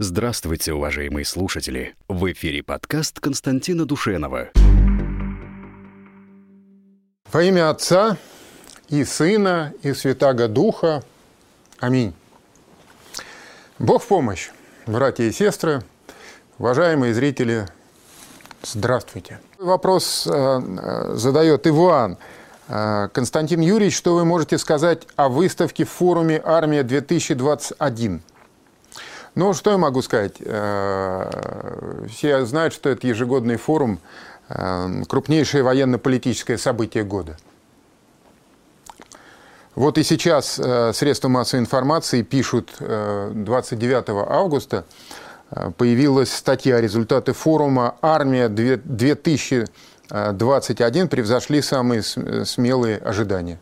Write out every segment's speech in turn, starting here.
Здравствуйте, уважаемые слушатели! В эфире подкаст Константина Душенова. Во имя Отца и Сына и Святаго Духа. Аминь. Бог в помощь, братья и сестры, уважаемые зрители, здравствуйте. Вопрос задает Иван. Константин Юрьевич, что вы можете сказать о выставке в форуме «Армия-2021»? Ну, что я могу сказать? Все знают, что это ежегодный форум, крупнейшее военно-политическое событие года. Вот и сейчас средства массовой информации пишут, 29 августа появилась статья «Результаты форума «Армия-2021» превзошли самые смелые ожидания».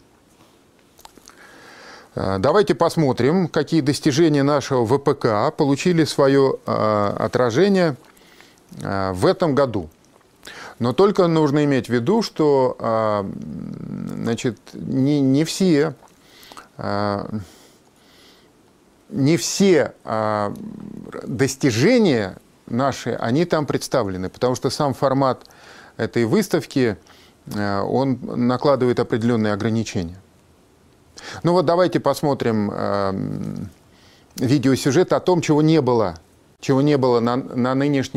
Давайте посмотрим, какие достижения нашего ВПК получили свое отражение в этом году. Но только нужно иметь в виду, что значит, не все достижения наши, они там представлены, потому что сам формат этой выставки, он накладывает определенные ограничения. Ну вот давайте посмотрим видеосюжет о том, чего не было на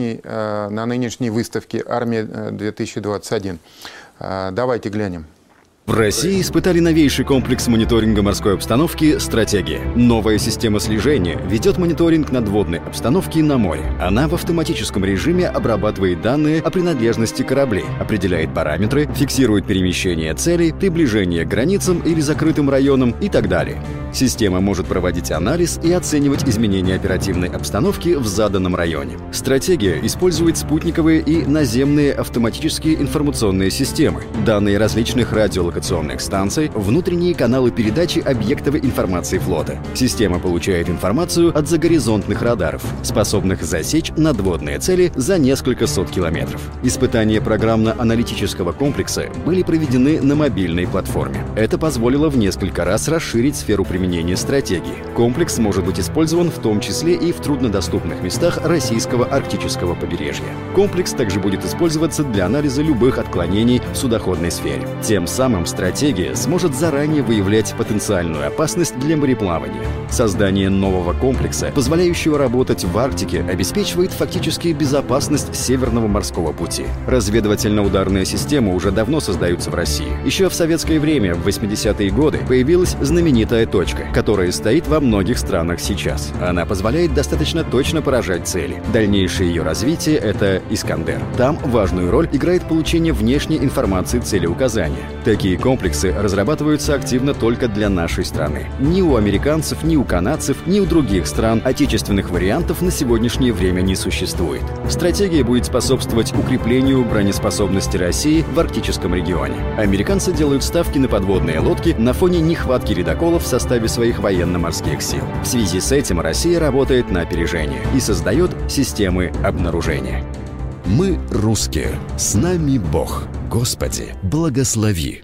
нынешней выставке «Армия-2021». Давайте глянем. В России испытали новейший комплекс мониторинга морской обстановки «Стратегия». Новая система слежения ведет мониторинг надводной обстановки на море. Она в автоматическом режиме обрабатывает данные о принадлежности кораблей, определяет параметры, фиксирует перемещение целей, приближение к границам или закрытым районам и так далее. Система может проводить анализ и оценивать изменения оперативной обстановки в заданном районе. «Стратегия» использует спутниковые и наземные автоматические информационные системы, данные различных радиолокационных станций, внутренние каналы передачи объектовой информации флота. Система получает информацию от загоризонтных радаров, способных засечь надводные цели за несколько сот километров. Испытания программно-аналитического комплекса были проведены на мобильной платформе. Это позволило в несколько раз расширить сферу применения стратегии. Комплекс может быть использован в том числе и в труднодоступных местах российского арктического побережья. Комплекс также будет использоваться для анализа любых отклонений в судоходной сфере. Тем самым стратегия сможет заранее выявлять потенциальную опасность для мореплавания. Создание нового комплекса, позволяющего работать в Арктике, обеспечивает фактически безопасность Северного морского пути. Разведывательно-ударные системы уже давно создаются в России. Еще в советское время, в 80-е годы, появилась знаменитая «Точка», которая стоит во многих странах сейчас. Она позволяет достаточно точно поражать цели. Дальнейшее ее развитие — это «Искандер». Там важную роль играет получение внешней информации целеуказания. Такие комплексы разрабатываются активно только для нашей страны. Ни у американцев, ни у канадцев, ни у других стран отечественных вариантов на сегодняшнее время не существует. Стратегия будет способствовать укреплению бронеспособности России в арктическом регионе. Американцы делают ставки на подводные лодки на фоне нехватки ледоколов в составе своих военно-морских сил. В связи с этим Россия работает на опережение и создает системы обнаружения. Мы русские, с нами Бог. Господи, благослови.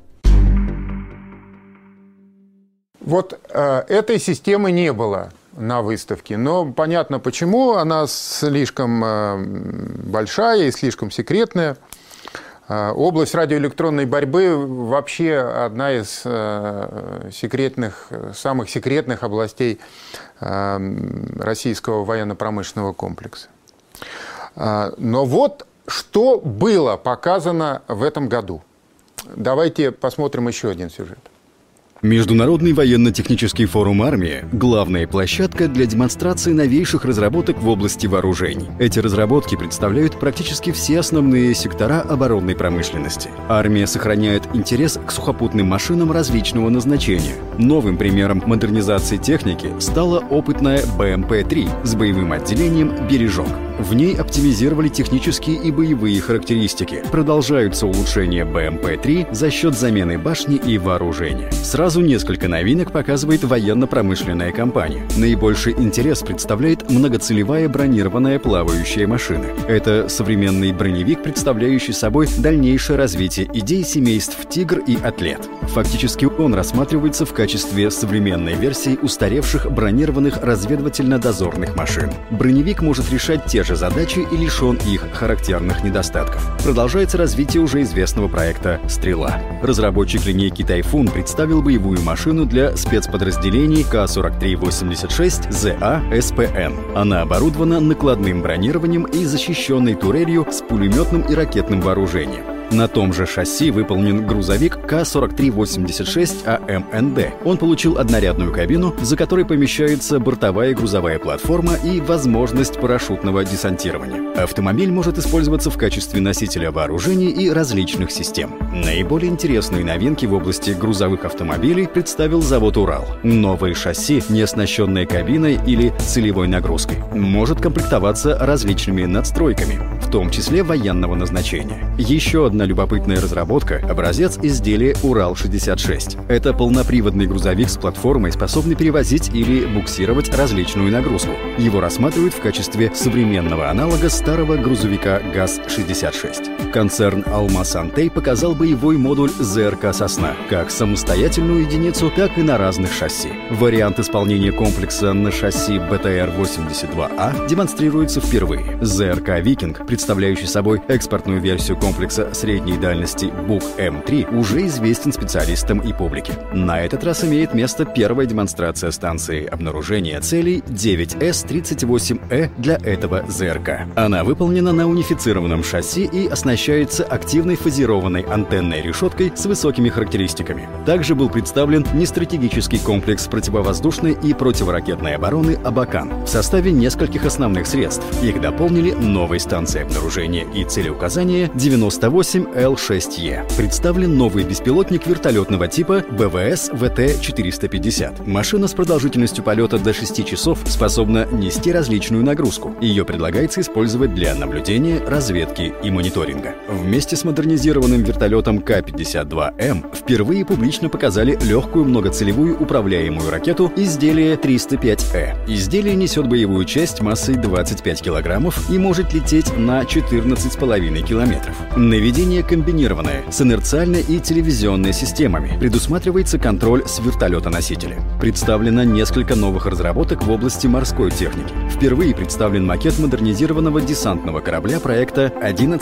Вот этой системы не было на выставке, но понятно почему. Она слишком большая и слишком секретная. Область радиоэлектронной борьбы вообще одна из самых секретных областей российского военно-промышленного комплекса. Но вот что было показано в этом году. Давайте посмотрим еще один сюжет. Международный военно-технический форум «Армия» — главная площадка для демонстрации новейших разработок в области вооружений. Эти разработки представляют практически все основные сектора оборонной промышленности. Армия сохраняет интерес к сухопутным машинам различного назначения. Новым примером модернизации техники стала опытная БМП-3 с боевым отделением «Бережок». В ней оптимизировали технические и боевые характеристики. Продолжаются улучшения БМП-3 за счет замены башни и вооружения. Сразу несколько новинок показывает военно-промышленная компания. Наибольший интерес представляет многоцелевая бронированная плавающая машина. Это современный броневик, представляющий собой дальнейшее развитие идей семейств «Тигр» и «Атлет». Фактически он рассматривается в качестве современной версии устаревших бронированных разведывательно-дозорных машин. Броневик может решать те же задачи и лишен их характерных недостатков. Продолжается развитие уже известного проекта «Стрела». Разработчик линейки «Тайфун» представил боевую машину для спецподразделений К-4386 ЗА СПН. Она оборудована накладным бронированием и защищенной турелью с пулеметным и ракетным вооружением. На том же шасси выполнен грузовик К-4386 АМНД. Он получил однорядную кабину, за которой помещается бортовая грузовая платформа и возможность парашютного десантирования. Автомобиль может использоваться в качестве носителя вооружений и различных систем. Наиболее интересные новинки в области грузовых автомобилей представил завод «Урал». Новое шасси, не оснащенное кабиной или целевой нагрузкой, может комплектоваться различными надстройками, в том числе военного назначения. Еще одна любопытная разработка – образец изделия «Урал-66». Это полноприводный грузовик с платформой, способный перевозить или буксировать различную нагрузку. Его рассматривают в качестве современного аналога старого грузовика ГАЗ-66. Концерн «Алмаз-Антей» показал боевой модуль ЗРК «Сосна» как самостоятельную единицу, так и на разных шасси. Вариант исполнения комплекса на шасси БТР-82А демонстрируется впервые. ЗРК «Викинг», представляющий собой экспортную версию комплекса средней дальности БУК-М3, уже известен специалистам и публике. На этот раз имеет место первая демонстрация станции обнаружения целей 9С-38Э для этого ЗРК. Она выполнена на унифицированном шасси и оснащается активной фазированной антенной решеткой с высокими характеристиками. Также был представлен нестратегический комплекс противовоздушной и противоракетной обороны «Абакан» в составе нескольких основных средств. Их дополнили новой станцией обнаружения и целеуказания 98Л6Е. Представлен новый беспилотник вертолетного типа БВС ВТ-450. Машина с продолжительностью полета до 6 часов способна нести различную нагрузку. Ее предлагается использовать для наблюдения, разведки и мониторинга. Вместе с модернизированным вертолетом К-52М впервые публично показали легкую многоцелевую управляемую ракету изделия 305Э. Изделие несет боевую часть массой 25 килограммов и может лететь на 14,5 километров. Наведение комбинированное с инерциальной и телевизионной системами. Предусматривается контроль с вертолета-носителя. Представлено несколько новых разработок в области морской техники. Впервые представлен макет модернизированного десантного корабля проекта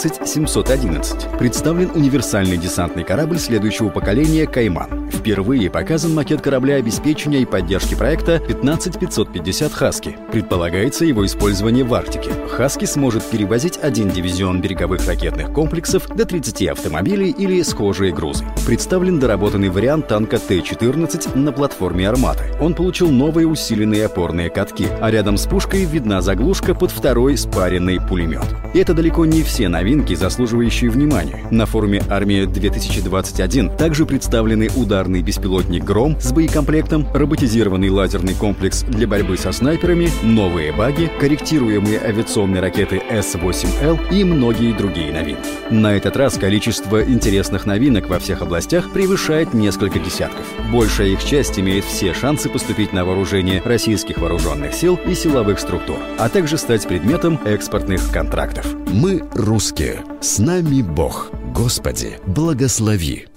11711. Представлен универсальный десантный корабль следующего поколения «Кайман». Впервые показан макет корабля обеспечения и поддержки проекта 15550 «Хаски». Предполагается его использование в Арктике. «Хаски» сможет перевозить один дивизион береговых ракетных комплексов до 30 автомобилей или схожие грузы. Представлен доработанный вариант танка Т-14 на платформе «Армата». Он получил новые усиленные опорные катки, а рядом с пушкой видна заглушка под второй спаренный пулемет. И это далеко не все новинки, заслуживающие внимания. На форуме «Армия-2021» также представлены ударный беспилотник «Гром» с боекомплектом, роботизированный лазерный комплекс для борьбы со снайперами, новые баги, корректируемые авиационные ракеты С-8Л и многие другие новинки. На этот раз количество интересных новинок во всех областях превышает несколько десятков. Большая их часть имеет все шансы поступить на вооружение российских вооруженных сил и силовых структур, а также стать предметом экспортных контрактов. Мы русские. С нами Бог. Господи, благослови.